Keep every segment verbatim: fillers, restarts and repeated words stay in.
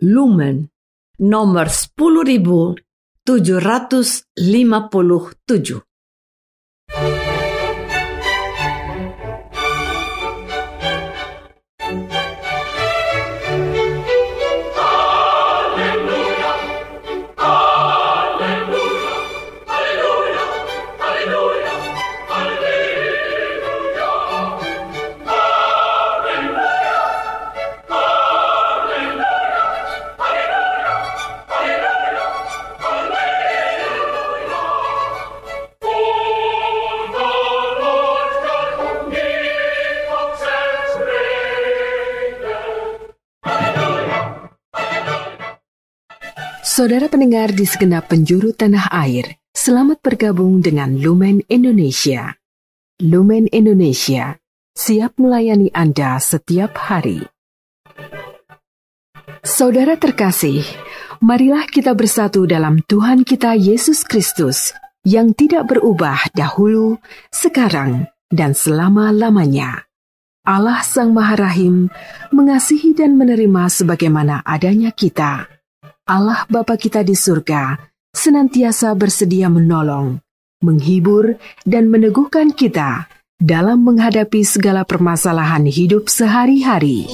Lumen nomor sepuluh ribu tujuh ratus lima puluh tujuh. Saudara pendengar di segenap penjuru tanah air, selamat bergabung dengan Lumen Indonesia. Lumen Indonesia, siap melayani Anda setiap hari. Saudara terkasih, marilah kita bersatu dalam Tuhan kita Yesus Kristus yang tidak berubah dahulu, sekarang, dan selama-lamanya. Allah Sang Maha Rahim mengasihi dan menerima sebagaimana adanya kita. Allah Bapa kita di surga senantiasa bersedia menolong, menghibur, dan meneguhkan kita dalam menghadapi segala permasalahan hidup sehari-hari.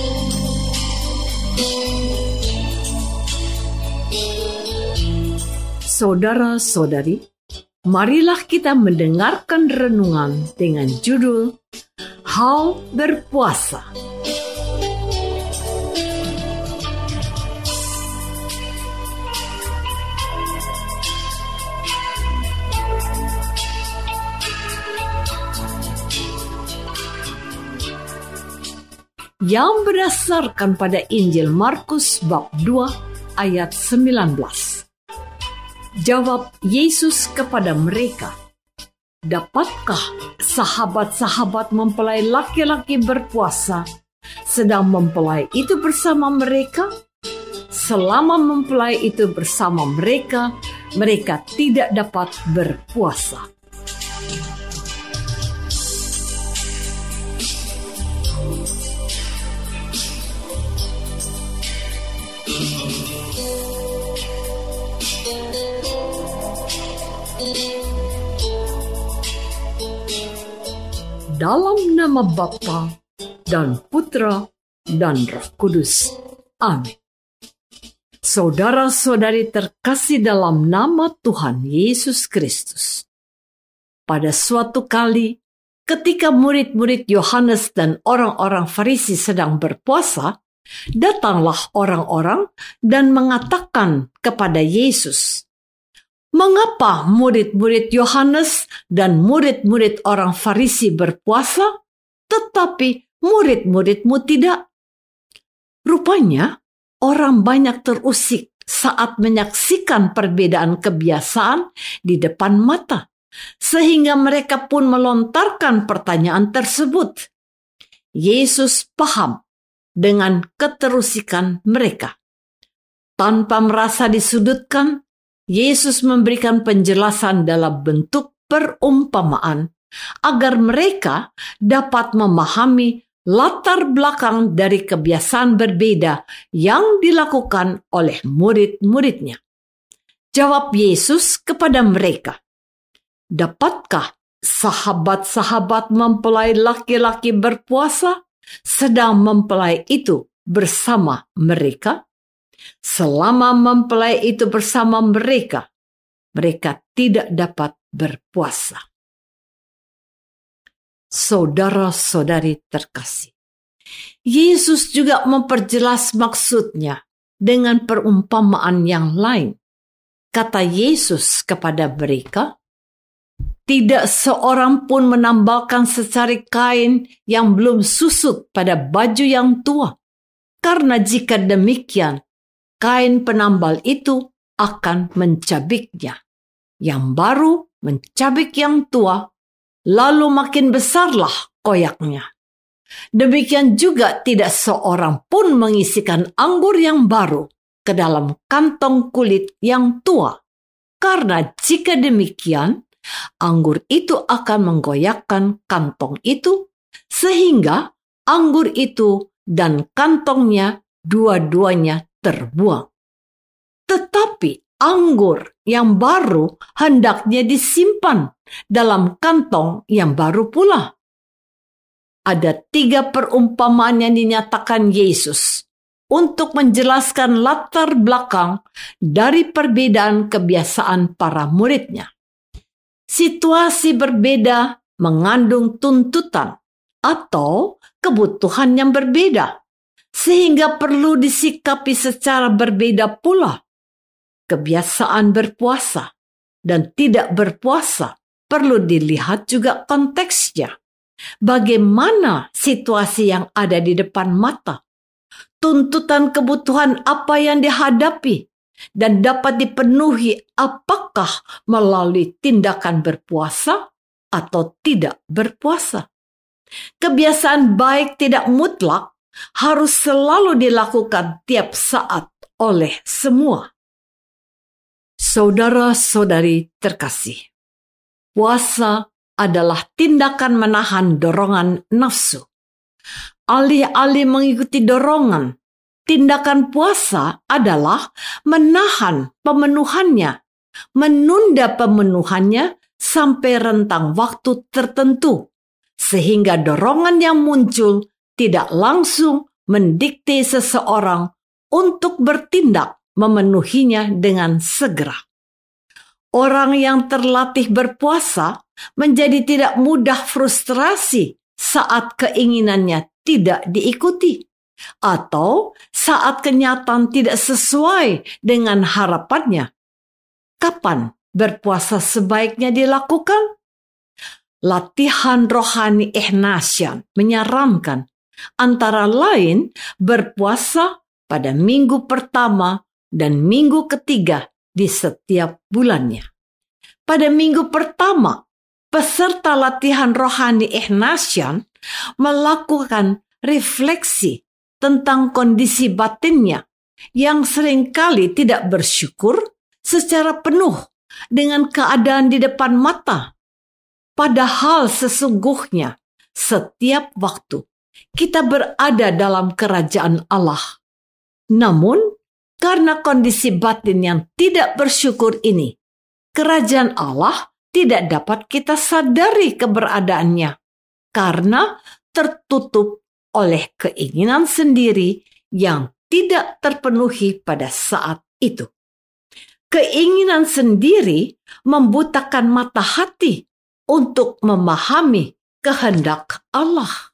Saudara-saudari, marilah kita mendengarkan renungan dengan judul Hal Berpuasa. Yang berdasarkan pada Injil Markus bab dua ayat sembilan belas. Jawab Yesus kepada mereka, "Dapatkah sahabat-sahabat mempelai laki-laki berpuasa sedang mempelai itu bersama mereka? Selama mempelai itu bersama mereka, mereka tidak dapat berpuasa." Dalam nama Bapa dan Putra dan Roh Kudus. Amin. Saudara-saudari terkasih dalam nama Tuhan Yesus Kristus. Pada suatu kali, ketika murid-murid Yohanes dan orang-orang Farisi sedang berpuasa, datanglah orang-orang dan mengatakan kepada Yesus, "Mengapa murid-murid Yohanes dan murid-murid orang Farisi berpuasa, tetapi murid-muridmu tidak?" Rupanya, orang banyak terusik saat menyaksikan perbedaan kebiasaan di depan mata, sehingga mereka pun melontarkan pertanyaan tersebut. Yesus paham dengan keterusikan mereka. Tanpa merasa disudutkan, Yesus memberikan penjelasan dalam bentuk perumpamaan agar mereka dapat memahami latar belakang dari kebiasaan berbeda yang dilakukan oleh murid-muridnya. Jawab Yesus kepada mereka, "Dapatkah sahabat-sahabat mempelai laki-laki berpuasa sedang mempelai itu bersama mereka? Selama mempelai itu bersama mereka, mereka tidak dapat berpuasa." Saudara-saudari terkasih, Yesus juga memperjelas maksudnya dengan perumpamaan yang lain. Kata Yesus kepada mereka, "Tidak seorang pun menambalkan secari kain yang belum susut pada baju yang tua, karena jika demikian, kain penambal itu akan mencabiknya. Yang baru mencabik yang tua, lalu makin besarlah koyaknya. Demikian juga tidak seorang pun mengisikan anggur yang baru ke dalam kantong kulit yang tua, karena jika demikian, anggur itu akan menggoyakkan kantong itu, sehingga anggur itu dan kantongnya dua-duanya terbuang. Tetapi anggur yang baru hendaknya disimpan dalam kantong yang baru pula. Ada tiga perumpamaan yang dinyatakan Yesus untuk menjelaskan latar belakang dari perbedaan kebiasaan para muridnya. Situasi berbeda mengandung tuntutan atau kebutuhan yang berbeda, sehingga perlu disikapi secara berbeda pula. Kebiasaan berpuasa dan tidak berpuasa perlu dilihat juga konteksnya. Bagaimana situasi yang ada di depan mata, tuntutan kebutuhan apa yang dihadapi, dan dapat dipenuhi apakah melalui tindakan berpuasa atau tidak berpuasa. Kebiasaan baik tidak mutlak harus selalu dilakukan tiap saat oleh semua. Saudara-saudari terkasih, puasa adalah tindakan menahan dorongan nafsu. Alih-alih mengikuti dorongan, tindakan puasa adalah menahan pemenuhannya, menunda pemenuhannya sampai rentang waktu tertentu, sehingga dorongan yang muncul tidak langsung mendikte seseorang untuk bertindak memenuhinya dengan segera. Orang yang terlatih berpuasa menjadi tidak mudah frustrasi saat keinginannya tidak diikuti, atau saat kenyataan tidak sesuai dengan harapannya. Kapan berpuasa sebaiknya dilakukan? Latihan rohani Ignatian menyarankan antara lain berpuasa pada minggu pertama dan minggu ketiga di setiap bulannya. Pada minggu pertama, peserta latihan rohani Ignatian melakukan refleksi tentang kondisi batinnya yang seringkali tidak bersyukur secara penuh dengan keadaan di depan mata. Padahal sesungguhnya setiap waktu kita berada dalam kerajaan Allah. Namun, karena kondisi batin yang tidak bersyukur ini, kerajaan Allah tidak dapat kita sadari keberadaannya karena tertutup oleh keinginan sendiri yang tidak terpenuhi pada saat itu. Keinginan sendiri membutakan mata hati untuk memahami kehendak Allah.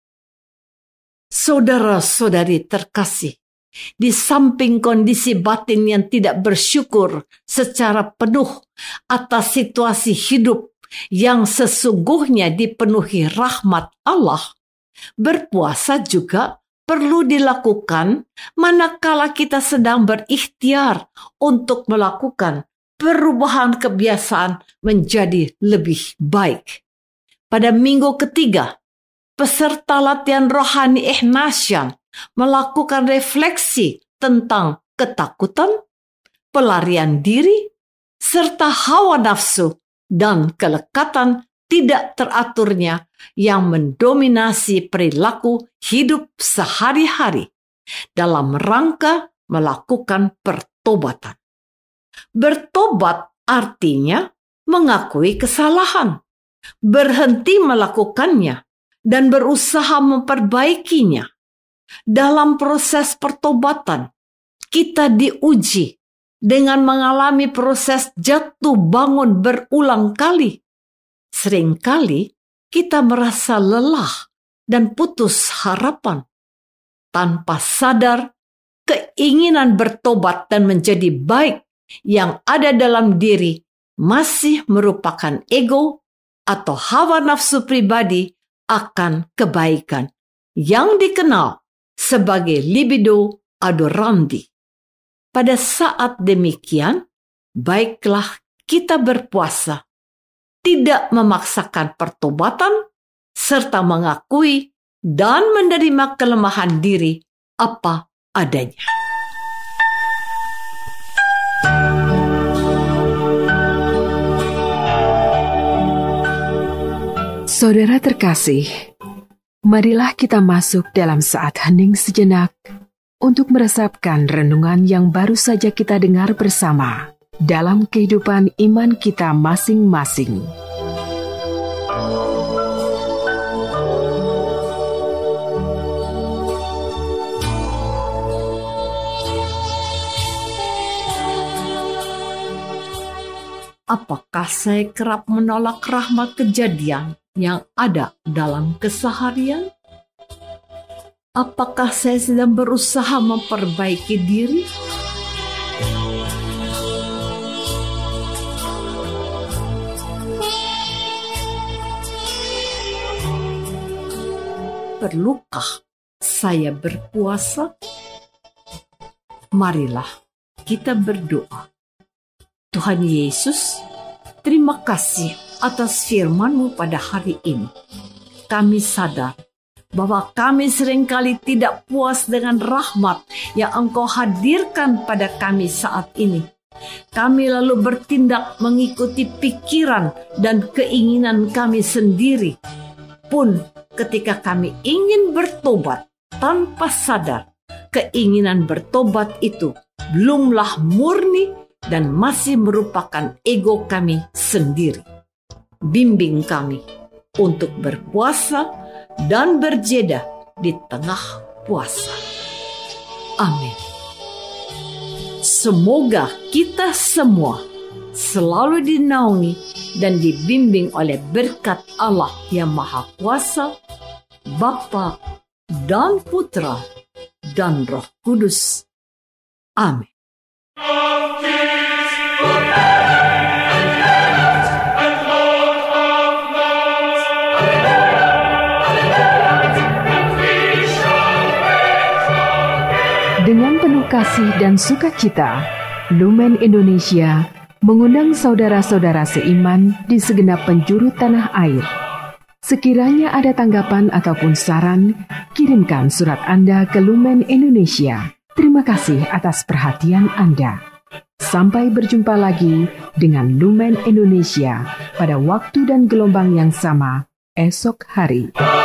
Saudara-saudari terkasih, di samping kondisi batin yang tidak bersyukur secara penuh atas situasi hidup yang sesungguhnya dipenuhi rahmat Allah, berpuasa juga perlu dilakukan manakala kita sedang berikhtiar untuk melakukan perubahan kebiasaan menjadi lebih baik. Pada minggu ketiga, peserta latihan rohani Ignatian melakukan refleksi tentang ketakutan, pelarian diri, serta hawa nafsu dan kelekatan tidak teraturnya yang mendominasi perilaku hidup sehari-hari dalam rangka melakukan pertobatan. Bertobat artinya mengakui kesalahan, berhenti melakukannya, dan berusaha memperbaikinya. Dalam proses pertobatan, kita diuji dengan mengalami proses jatuh bangun berulang kali. Seringkali kita merasa lelah dan putus harapan. Tanpa sadar, keinginan bertobat dan menjadi baik yang ada dalam diri masih merupakan ego atau hawa nafsu pribadi akan kebaikan yang dikenal sebagai libido adorandi. Pada saat demikian, baiklah kita berpuasa, tidak memaksakan pertobatan, serta mengakui dan menerima kelemahan diri apa adanya. Saudara terkasih, marilah kita masuk dalam saat hening sejenak untuk meresapkan renungan yang baru saja kita dengar bersama dalam kehidupan iman kita masing-masing. Apakah saya kerap menolak rahmat kejadian yang ada dalam keseharian? Apakah saya sedang berusaha memperbaiki diri? Perlukah saya berpuasa? Marilah kita berdoa. Tuhan Yesus, terima kasih atas firman-Mu pada hari ini. Kami sadar bahwa kami seringkali tidak puas dengan rahmat yang Engkau hadirkan pada kami saat ini. Kami lalu bertindak mengikuti pikiran dan keinginan kami sendiri. Pun ketika kami ingin bertobat tanpa sadar, keinginan bertobat itu belumlah murni dan masih merupakan ego kami sendiri. Bimbing kami untuk berpuasa dan berjeda di tengah puasa. Amin. Semoga kita semua selalu dinaungi dan dibimbing oleh berkat Allah yang Maha Kuasa, Bapa dan Putra dan Roh Kudus. Amin. Dengan penuh kasih dan sukacita, Lumen Indonesia mengundang saudara-saudara seiman di segenap penjuru tanah air. Sekiranya ada tanggapan ataupun saran, kirimkan surat Anda ke Lumen Indonesia. Terima kasih atas perhatian Anda. Sampai berjumpa lagi dengan Lumen Indonesia pada waktu dan gelombang yang sama esok hari.